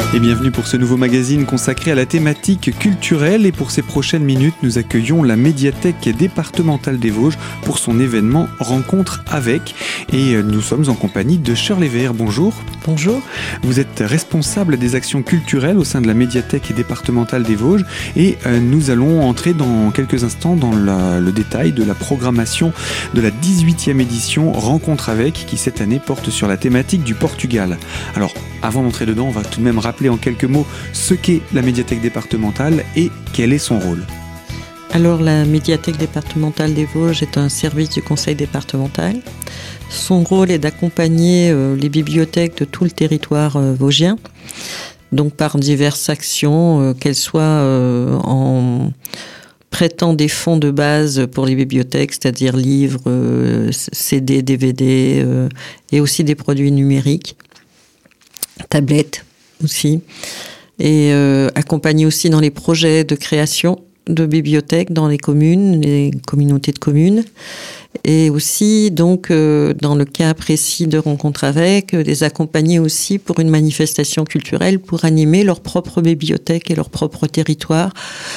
Et bienvenue pour ce nouveau magazine consacré à la thématique culturelle. Et pour ces prochaines minutes, nous accueillons la médiathèque départementale des Vosges pour son événement Rencontre avec. Et nous sommes en compagnie de Shirley Vert. Bonjour. Bonjour. Vous êtes responsable des actions culturelles au sein de la médiathèque départementale des Vosges. Et nous allons entrer dans quelques instants dans le détail de la programmation de la 18e édition Rencontre avec, qui cette année porte sur la thématique du Portugal. Alors, avant d'entrer dedans, on va tout de même rappeler en quelques mots ce qu'est la médiathèque départementale et quel est son rôle. Alors, la médiathèque départementale des Vosges est un service du conseil départemental. Son rôle est d'accompagner les bibliothèques de tout le territoire vosgien, donc par diverses actions, qu'elles soient en prêtant des fonds de base pour les bibliothèques, c'est-à-dire livres, CD, DVD, et aussi des produits numériques, tablettes aussi, et accompagner aussi dans les projets de création de bibliothèques dans les communes, les communautés de communes, et aussi donc dans le cas précis de Rencontre avec, les accompagner aussi pour une manifestation culturelle pour animer leur propre bibliothèque et leur propre territoire,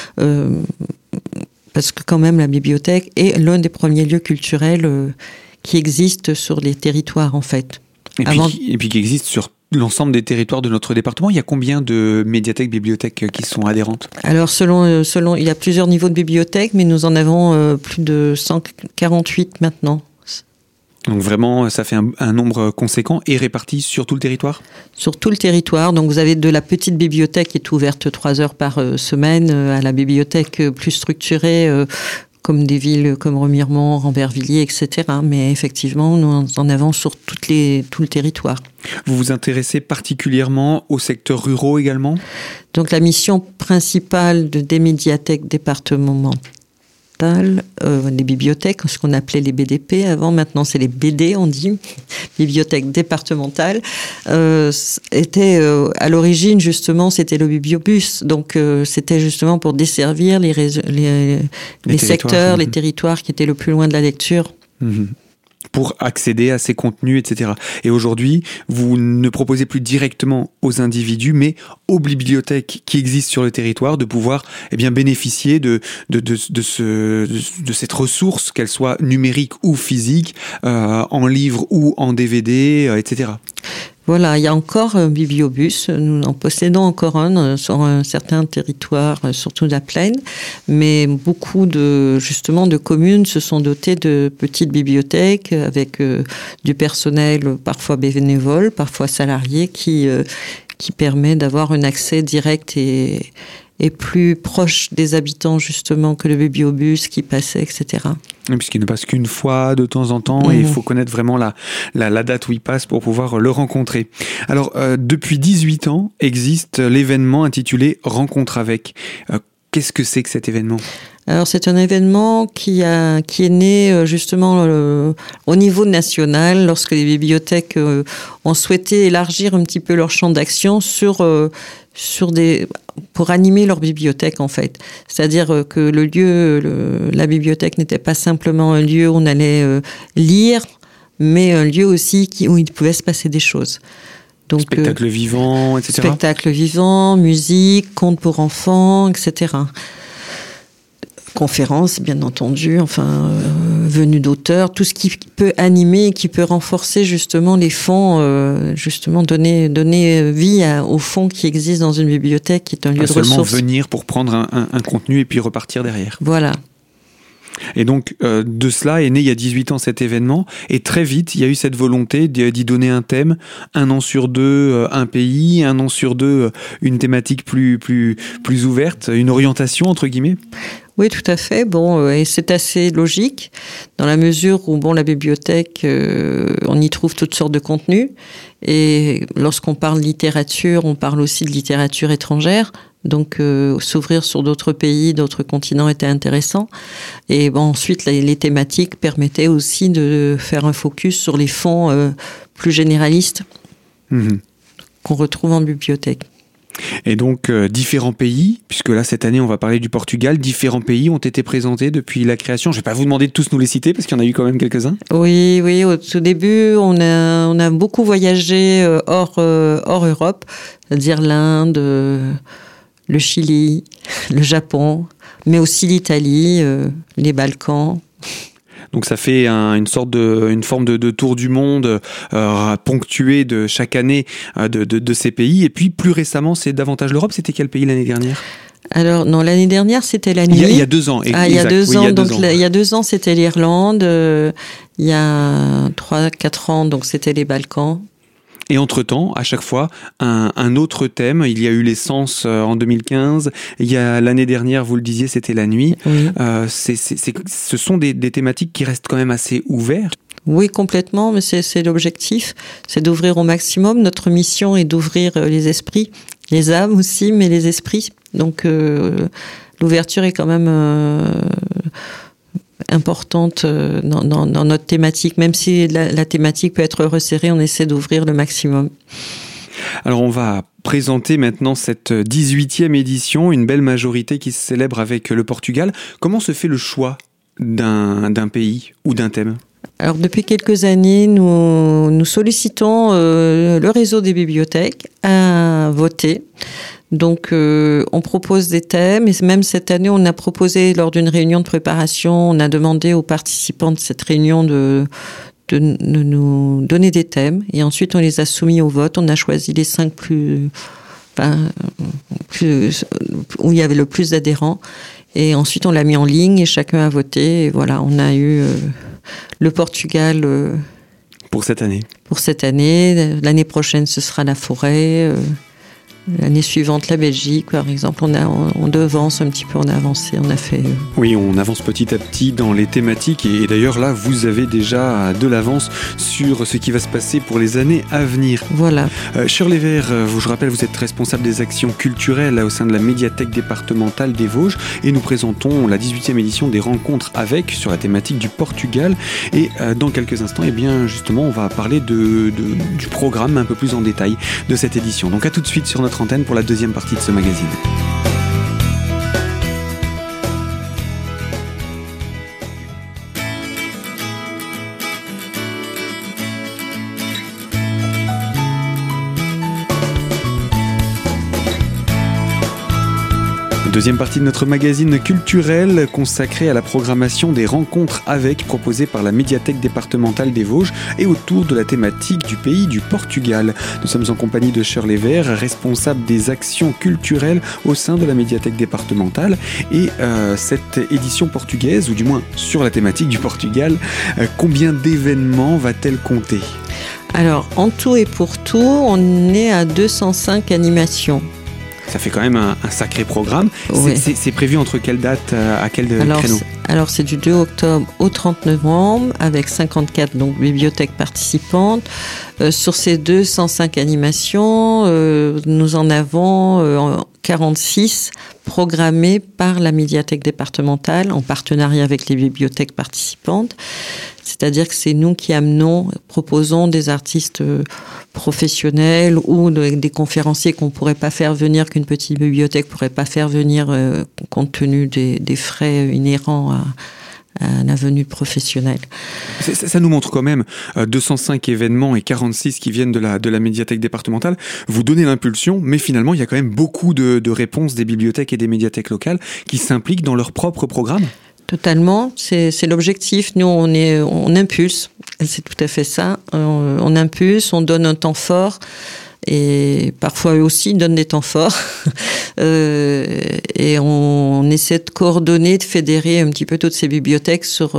parce que quand même la bibliothèque est l'un des premiers lieux culturels qui existent sur les territoires en fait. Et puis qui existe sur l'ensemble des territoires de notre département. Il y a combien de médiathèques, bibliothèques qui sont adhérentes ? Alors selon, il y a plusieurs niveaux de bibliothèques, mais nous en avons plus de 148 maintenant. Donc vraiment, ça fait un nombre conséquent et réparti sur tout le territoire ? Sur tout le territoire. Donc vous avez de la petite bibliothèque qui est ouverte 3 heures par semaine à la bibliothèque plus structurée, comme des villes comme Remiremont, Rambervillers, etc. Mais effectivement, nous en avons sur tout le territoire. Vous vous intéressez particulièrement aux secteurs ruraux également ? Donc la mission principale des médiathèques départementales, des bibliothèques, ce qu'on appelait les BDP avant, maintenant c'est les BD, on dit, bibliothèques départementales, était à l'origine justement, c'était le bibliobus, donc c'était justement pour desservir les secteurs, les territoires qui étaient le plus loin de la lecture. Mmh. Pour accéder à ces contenus, etc. Et aujourd'hui, vous ne proposez plus directement aux individus, mais aux bibliothèques qui existent sur le territoire, de pouvoir bénéficier de cette ressource, qu'elle soit numérique ou physique, en livre ou en DVD, etc. Voilà, il y a encore un bibliobus, nous en possédons encore un sur un certain territoire, surtout de la plaine, mais beaucoup de communes se sont dotées de petites bibliothèques avec du personnel parfois bénévole, parfois salarié, qui permet d'avoir un accès direct et plus proche des habitants justement que le bibliobus qui passait, etc. Puisqu'il ne passe qu'une fois de temps en temps, et il faut connaître vraiment la date où il passe pour pouvoir le rencontrer. Alors, depuis 18 ans, existe l'événement intitulé Rencontre avec. Qu'est-ce que c'est que cet événement ? Alors c'est un événement qui est né justement au niveau national lorsque les bibliothèques ont souhaité élargir un petit peu leur champ d'action pour animer leur bibliothèque en fait. C'est-à-dire que la bibliothèque n'était pas simplement un lieu où on allait lire, mais un lieu aussi où il pouvait se passer des choses. Donc, spectacle vivant, etc. Spectacle vivant, musique, contes pour enfants, etc. Conférences, bien entendu, venue d'auteurs, tout ce qui peut animer et qui peut renforcer justement les fonds, donner vie aux fonds qui existent dans une bibliothèque, qui est un lieu de ressources. Pas seulement venir pour prendre un contenu et puis repartir derrière. Voilà. Et donc, de cela est né il y a 18 ans cet événement, et très vite, il y a eu cette volonté d'y donner un thème, 1 an sur 2, un pays, 1 an sur 2, une thématique plus ouverte, une orientation, entre guillemets. Oui, tout à fait. Et c'est assez logique, dans la mesure où, la bibliothèque, on y trouve toutes sortes de contenus, et lorsqu'on parle littérature, on parle aussi de littérature étrangère. Donc, s'ouvrir sur d'autres pays, d'autres continents était intéressant. Et ensuite, les thématiques permettaient aussi de faire un focus sur les fonds plus généralistes qu'on retrouve en bibliothèque. Et donc, différents pays, puisque là, cette année, on va parler du Portugal, différents pays ont été présentés depuis la création. Je ne vais pas vous demander de tous nous les citer, parce qu'il y en a eu quand même quelques-uns. Oui, au tout début, on a beaucoup voyagé hors Europe, c'est-à-dire l'Inde, le Chili, le Japon, mais aussi l'Italie, les Balkans. Donc ça fait une forme de tour du monde ponctué de chaque année de ces pays. Et puis plus récemment, c'est davantage l'Europe. C'était quel pays l'année dernière ? Alors non, l'année dernière c'était la nuit. Il y a 2 ans. Il y a 2 ans c'était l'Irlande. Il y a 3-4 ans donc c'était les Balkans. Et entre-temps, à chaque fois, un autre thème. Il y a eu l'essence en 2015. Il y a l'année dernière, vous le disiez, c'était la nuit. Oui. Ce sont des thématiques qui restent quand même assez ouvertes. Oui, complètement, mais c'est l'objectif. C'est d'ouvrir au maximum. Notre mission est d'ouvrir les esprits, les âmes aussi, mais les esprits. Donc, l'ouverture est quand même importante dans notre thématique. Même si la thématique peut être resserrée, on essaie d'ouvrir le maximum. Alors on va présenter maintenant cette 18e édition, une belle majorité qui se célèbre avec le Portugal. Comment se fait le choix d'un pays ou d'un thème ? Alors depuis quelques années, nous sollicitons le réseau des bibliothèques à voter. Donc, on propose des thèmes et même cette année, on a proposé lors d'une réunion de préparation, on a demandé aux participants de cette réunion de nous donner des thèmes et ensuite on les a soumis au vote. On a choisi les 5 où il y avait le plus d'adhérents et ensuite on l'a mis en ligne et chacun a voté. Et voilà, on a eu le Portugal pour cette année. Pour cette année, l'année prochaine ce sera la forêt. L'année suivante, la Belgique, par exemple, on devance un petit peu, on a avancé, on a fait... Oui, on avance petit à petit dans les thématiques et d'ailleurs là, vous avez déjà de l'avance sur ce qui va se passer pour les années à venir. Voilà. Shirley Vert, je rappelle, vous êtes responsable des actions culturelles au sein de la médiathèque départementale des Vosges et nous présentons la 18e édition des rencontres avec sur la thématique du Portugal et dans quelques instants, eh bien justement, on va parler du programme un peu plus en détail de cette édition. Donc à tout de suite sur notre antenne pour la deuxième partie de ce magazine. Deuxième partie de notre magazine culturel consacré à la programmation des rencontres avec proposées par la médiathèque départementale des Vosges et autour de la thématique du pays du Portugal. Nous sommes en compagnie de Shirley Vert, responsable des actions culturelles au sein de la médiathèque départementale et cette édition portugaise, ou du moins sur la thématique du Portugal, combien d'événements va-t-elle compter ? Alors en tout et pour tout, on est à 205 animations. Ça fait quand même un sacré programme. Oui. C'est prévu entre quelle date à quel créneau ? Alors c'est du 2 octobre au 30 novembre avec 54 donc, bibliothèques participantes. Sur ces 205 animations, nous en avons 46 programmées par la médiathèque départementale en partenariat avec les bibliothèques participantes. C'est-à-dire que c'est nous qui proposons des artistes professionnels ou des conférenciers qu'on ne pourrait pas faire venir, qu'une petite bibliothèque ne pourrait pas faire venir compte tenu des frais inhérents à la venue de professionnels. Ça nous montre quand même 205 événements et 46 qui viennent de la médiathèque départementale. Vous donnez l'impulsion, mais finalement, il y a quand même beaucoup de réponses des bibliothèques et des médiathèques locales qui s'impliquent dans leur propre programme. Totalement, c'est l'objectif. Nous, on impulse, c'est tout à fait ça. On impulse, on donne un temps fort et parfois eux aussi donnent des temps forts. Et on essaie de coordonner, de fédérer un petit peu toutes ces bibliothèques sur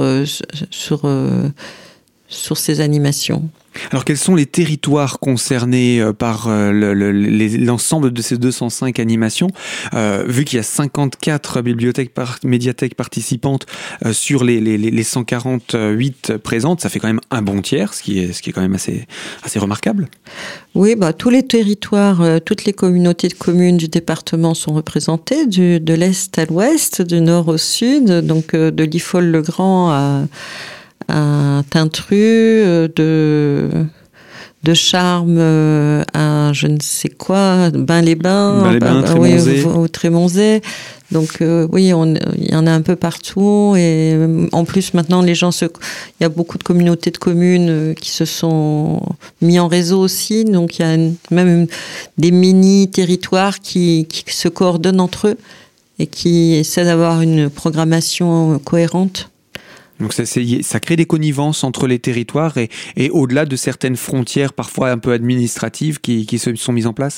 ces animations. Alors, quels sont les territoires concernés par l'ensemble de ces 205 animations ? Vu qu'il y a 54 médiathèques participantes sur les 148 présentes, ça fait quand même un bon tiers, ce qui est quand même assez remarquable. Oui, tous les territoires, toutes les communautés de communes du département sont représentées, de l'est à l'ouest, du nord au sud, donc de Liffol-le-Grand à Tintru, de de Charmes à je ne sais quoi, Bain-les-Bains, au Trémonzé. Donc oui, il y en a un peu partout. Et en plus, maintenant, il y a beaucoup de communautés de communes qui se sont mis en réseau aussi. Donc il y a même des mini-territoires qui se coordonnent entre eux et qui essaient d'avoir une programmation cohérente. Donc ça crée des connivences entre les territoires et au-delà de certaines frontières parfois un peu administratives qui se sont mises en place.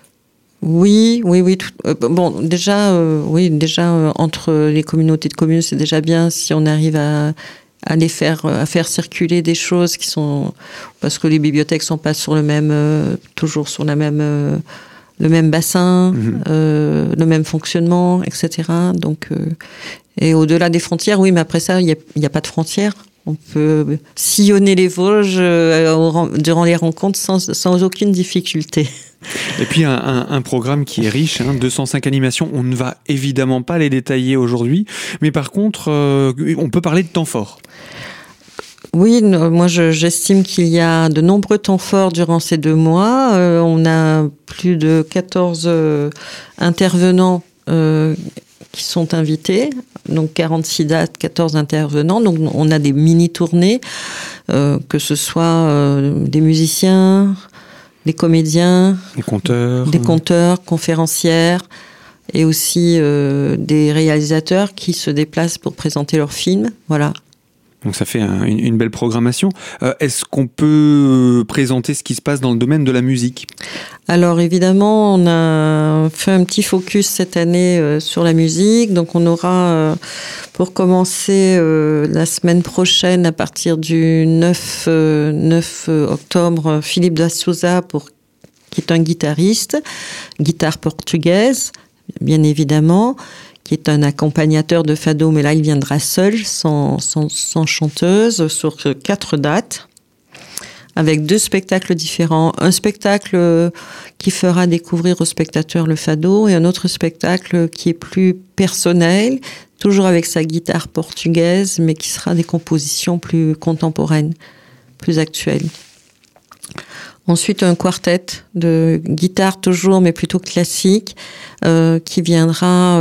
Oui. Bon, déjà, entre les communautés de communes, c'est déjà bien si on arrive à faire circuler des choses qui sont, parce que les bibliothèques sont pas sur toujours sur le même bassin, le même fonctionnement, etc. Donc, et au-delà des frontières, oui, mais après ça, il n'y a pas de frontières. On peut sillonner les Vosges durant les rencontres sans aucune difficulté. Et puis un programme qui est riche, 205 animations, on ne va évidemment pas les détailler aujourd'hui, mais par contre, on peut parler de temps forts. Oui, moi j'estime qu'il y a de nombreux temps forts durant ces 2 mois. On a plus de 14 intervenants qui sont invités, donc 46 dates, 14 intervenants. Donc on a des mini-tournées, que ce soit des musiciens, des comédiens, des conteurs, conférencières, et aussi des réalisateurs qui se déplacent pour présenter leurs films. Voilà. Donc ça fait une belle programmation. Est-ce qu'on peut présenter ce qui se passe dans le domaine de la musique ? Alors évidemment, on a fait un petit focus cette année sur la musique. Donc on aura, pour commencer, la semaine prochaine, à partir du 9 octobre, Philippe da Souza, qui est un guitariste, guitare portugaise, bien évidemment, qui est un accompagnateur de fado, mais là il viendra seul, sans chanteuse, sur 4 dates, avec 2 spectacles différents. Un spectacle qui fera découvrir aux spectateurs le fado, et un autre spectacle qui est plus personnel, toujours avec sa guitare portugaise, mais qui sera des compositions plus contemporaines, plus actuelles. Ensuite, un quartet de guitare toujours, mais plutôt classique, qui viendra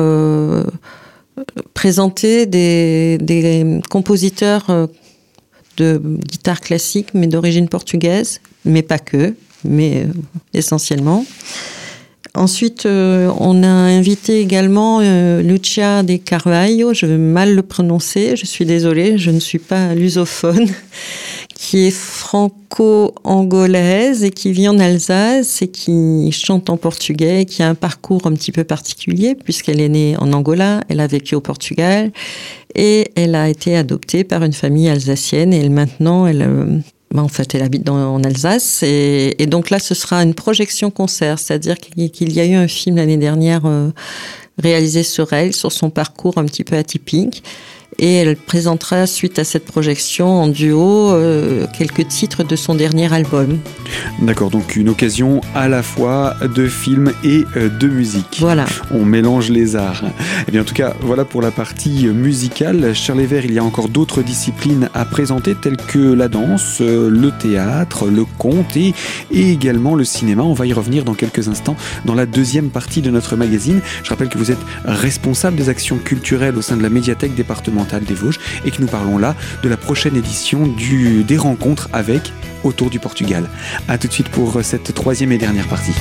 présenter des compositeurs de guitare classique, mais d'origine portugaise, mais pas que, mais essentiellement. Ensuite, on a invité également Lucia de Carvalho, je vais mal le prononcer, je suis désolée, je ne suis pas lusophone, qui est franco-angolaise et qui vit en Alsace et qui chante en portugais, et qui a un parcours un petit peu particulier puisqu'elle est née en Angola, elle a vécu au Portugal et elle a été adoptée par une famille alsacienne, et maintenant elle habite en Alsace, et donc là ce sera une projection concert, c'est-à-dire qu'il y a eu un film l'année dernière réalisé sur elle, sur son parcours un petit peu atypique. Et elle présentera, suite à cette projection, en duo, quelques titres de son dernier album. D'accord, donc une occasion à la fois de film et de musique. Voilà. On mélange les arts. Et bien, en tout cas, voilà pour la partie musicale. Charles Evert, il y a encore d'autres disciplines à présenter, telles que la danse, le théâtre, le conte et également le cinéma. On va y revenir dans quelques instants dans la deuxième partie de notre magazine. Je rappelle que vous êtes responsable des actions culturelles au sein de la médiathèque départementale des Vosges et que nous parlons là de la prochaine édition des rencontres avec Autour du Portugal. A tout de suite pour cette troisième et dernière partie.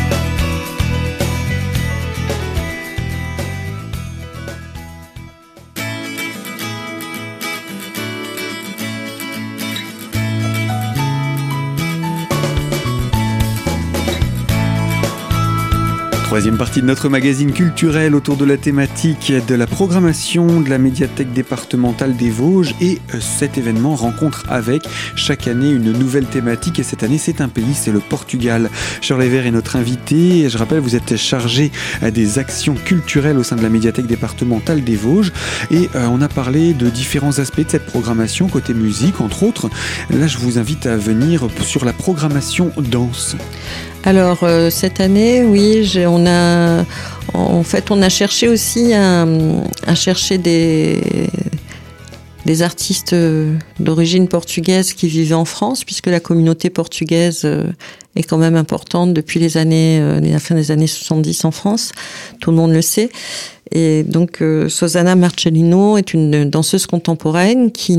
Troisième partie de notre magazine culturel autour de la thématique de la programmation de la médiathèque départementale des Vosges, et cet événement rencontre avec chaque année une nouvelle thématique, et cette année c'est un pays, c'est le Portugal. Charles Evert est notre invité, et je rappelle vous êtes chargé des actions culturelles au sein de la médiathèque départementale des Vosges, et on a parlé de différents aspects de cette programmation, côté musique entre autres. Là je vous invite à venir sur la programmation danse. Alors cette année, oui, on a cherché aussi à chercher des artistes d'origine portugaise qui vivaient en France, puisque la communauté portugaise est quand même importante depuis la fin des années 70 en France. Tout le monde le sait. Et donc, Susana Marcelino est une danseuse contemporaine qui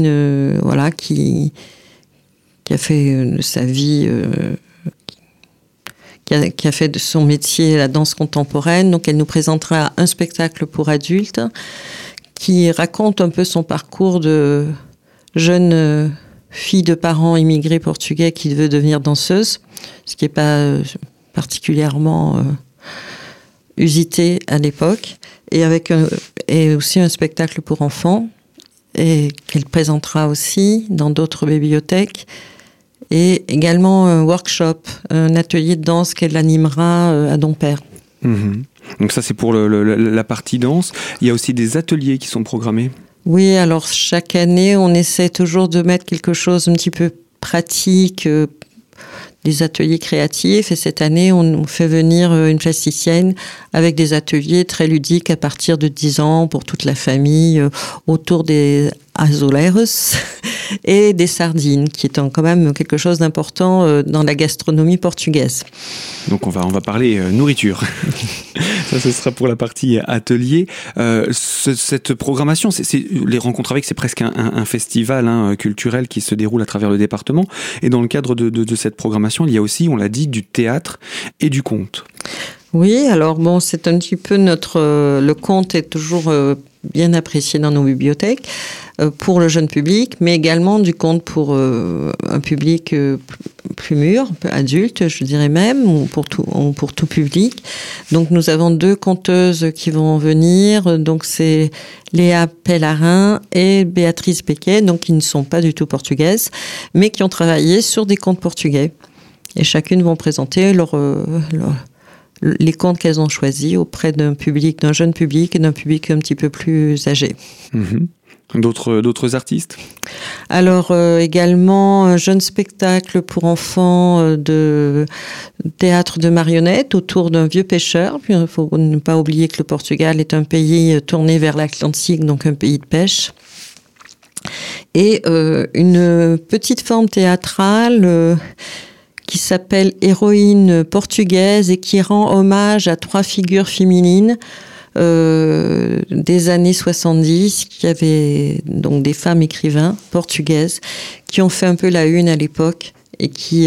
a fait de sa vie, qui a fait de son métier la danse contemporaine. Donc, elle nous présentera un spectacle pour adultes qui raconte un peu son parcours de jeune fille de parents immigrés portugais qui veut devenir danseuse, ce qui n'est pas particulièrement usité à l'époque, et aussi un spectacle pour enfants, et qu'elle présentera aussi dans d'autres bibliothèques, et également un workshop, un atelier de danse qu'elle animera à Dompère. Mmh. Donc ça, c'est pour la partie danse. Il y a aussi des ateliers qui sont programmés. Oui, alors chaque année, on essaie toujours de mettre quelque chose un petit peu pratique, des ateliers créatifs. Et cette année, on fait venir une plasticienne avec des ateliers très ludiques à partir de 10 ans pour toute la famille, autour des azuleiros et des sardines, qui est quand même quelque chose d'important dans la gastronomie portugaise. Donc on va parler nourriture. Ça, ce sera pour la partie atelier. Cette programmation, c'est les rencontres avec, c'est presque un festival culturel qui se déroule à travers le département. Et dans le cadre de cette programmation, il y a aussi, on l'a dit, du théâtre et du conte. Oui, alors bon, c'est un petit peu le conte est toujours bien apprécié dans nos bibliothèques pour le jeune public, mais également du conte pour un public plus mûr, adulte, je dirais même, ou pour tout public. Donc nous avons 2 conteuses qui vont venir, donc c'est Léa Pellarin et Béatrice Becquet, donc qui ne sont pas du tout portugaises, mais qui ont travaillé sur des contes portugais. Et chacune vont présenter les contes qu'elles ont choisis auprès d'un jeune public et d'un public un petit peu plus âgé. Mmh. D'autres artistes ? Alors également un jeune spectacle pour enfants de théâtre de marionnettes autour d'un vieux pêcheur. Il faut ne pas oublier que le Portugal est un pays tourné vers l'Atlantique, donc un pays de pêche. Et une petite forme théâtrale qui s'appelle Héroïne portugaise et qui rend hommage à 3 figures féminines des années 70, qui avaient donc des femmes écrivains portugaises qui ont fait un peu la une à l'époque et qui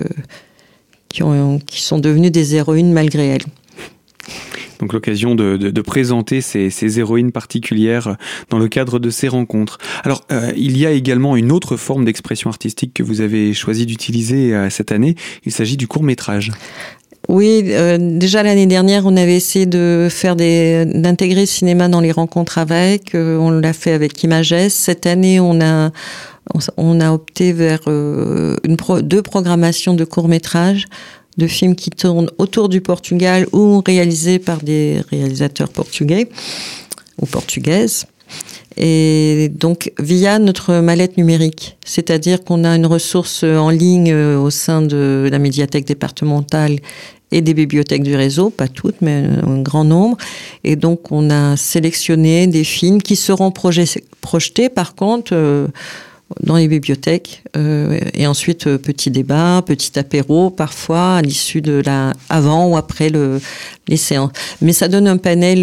sont devenues des héroïnes malgré elles. Donc l'occasion de présenter ces héroïnes particulières dans le cadre de ces rencontres. Alors, il y a également une autre forme d'expression artistique que vous avez choisi d'utiliser cette année. Il s'agit du court-métrage. Oui, déjà l'année dernière, on avait essayé d'intégrer le cinéma dans les rencontres avec. On l'a fait avec Images. Cette année, on a opté vers 2 programmations de courts-métrages, de films qui tournent autour du Portugal ou réalisés par des réalisateurs portugais ou portugaises. Et donc, via notre mallette numérique. C'est-à-dire qu'on a une ressource en ligne au sein de la médiathèque départementale et des bibliothèques du réseau, pas toutes, mais un grand nombre. Et donc, on a sélectionné des films qui seront projetés, par contre, dans les bibliothèques. Et ensuite, petit débat, petit apéro, parfois, à l'issue avant ou après les séances. Mais ça donne un panel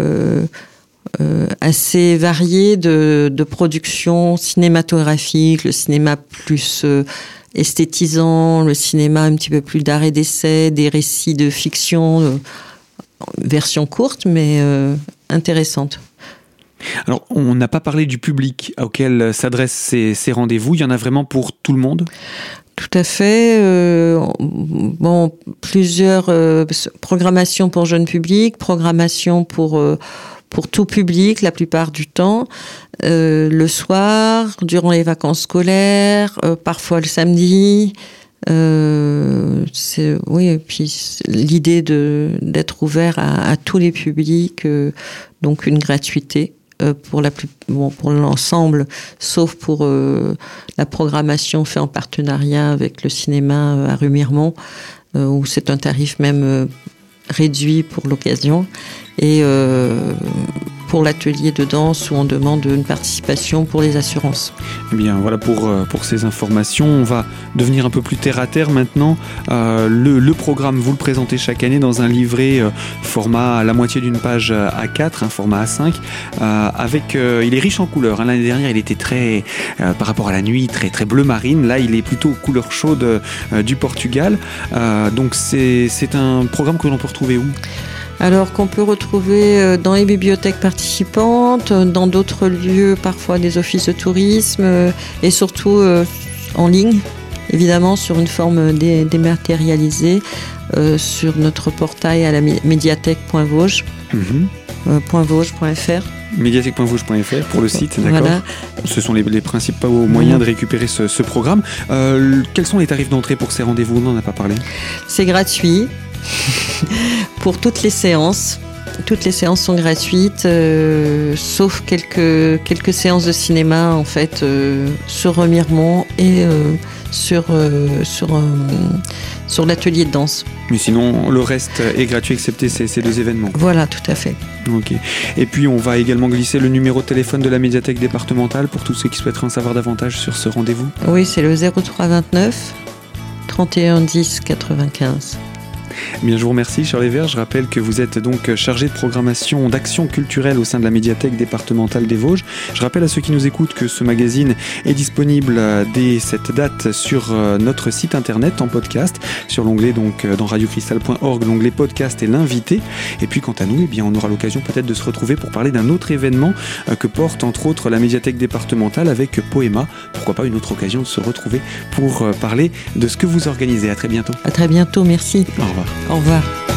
assez varié de productions cinématographiques, le cinéma plus esthétisant, le cinéma un petit peu plus d'art et d'essai, des récits de fiction, version courte mais intéressante. Alors, on n'a pas parlé du public auquel s'adressent ces rendez-vous. Il y en a vraiment pour tout le monde ? Tout à fait. Plusieurs programmations pour jeunes publics, programmations pour tout public la plupart du temps, le soir, durant les vacances scolaires, parfois le samedi. Et puis l'idée d'être ouvert à tous les publics, donc une gratuité pour l'ensemble, sauf pour la programmation faite en partenariat avec le cinéma à Remiremont, où c'est un tarif même réduit pour l'occasion. Et pour l'atelier de danse où on demande une participation pour les assurances. Eh bien voilà pour ces informations. On va devenir un peu plus terre à terre maintenant. Le programme, vous le présentez chaque année dans un livret format à la moitié d'une page A4, un format A5, il est riche en couleurs. Hein. L'année dernière, il était très, par rapport à la nuit, très, très bleu marine. Là, il est plutôt couleur chaude du Portugal. Donc c'est un programme que l'on peut retrouver où ? Alors qu'on peut retrouver dans les bibliothèques participantes, dans d'autres lieux, parfois des offices de tourisme, et surtout en ligne, évidemment sur une forme dématérialisée, sur notre portail à la médiathèque.vosges, .vosges.fr. Médiathèque.vosges.fr pour le site, d'accord. Voilà. Ce sont les principaux moyens de récupérer ce programme. Quels sont les tarifs d'entrée pour ces rendez-vous ? On n'en a pas parlé. C'est gratuit pour toutes les séances. Toutes les séances sont gratuites, sauf quelques séances de cinéma en fait sur Remiremont et sur l'atelier de danse. Mais sinon, le reste est gratuit excepté ces deux événements. Voilà, tout à fait. Ok. Et puis, on va également glisser le numéro de téléphone de la médiathèque départementale pour tous ceux qui souhaiteraient en savoir davantage sur ce rendez-vous. Oui, c'est le 0329 31 10 95. Bien, je vous remercie, Charles Evert. Je rappelle que vous êtes donc chargé de programmation d'action culturelle au sein de la médiathèque départementale des Vosges. Je rappelle à ceux qui nous écoutent que ce magazine est disponible dès cette date sur notre site internet en podcast, sur l'onglet donc dans radiocristal.org, l'onglet podcast et l'invité. Et puis quant à nous, eh bien, on aura l'occasion peut-être de se retrouver pour parler d'un autre événement que porte entre autres la médiathèque départementale avec Poéma. Pourquoi pas une autre occasion de se retrouver pour parler de ce que vous organisez. À très bientôt. À très bientôt, merci. Au revoir. Au revoir.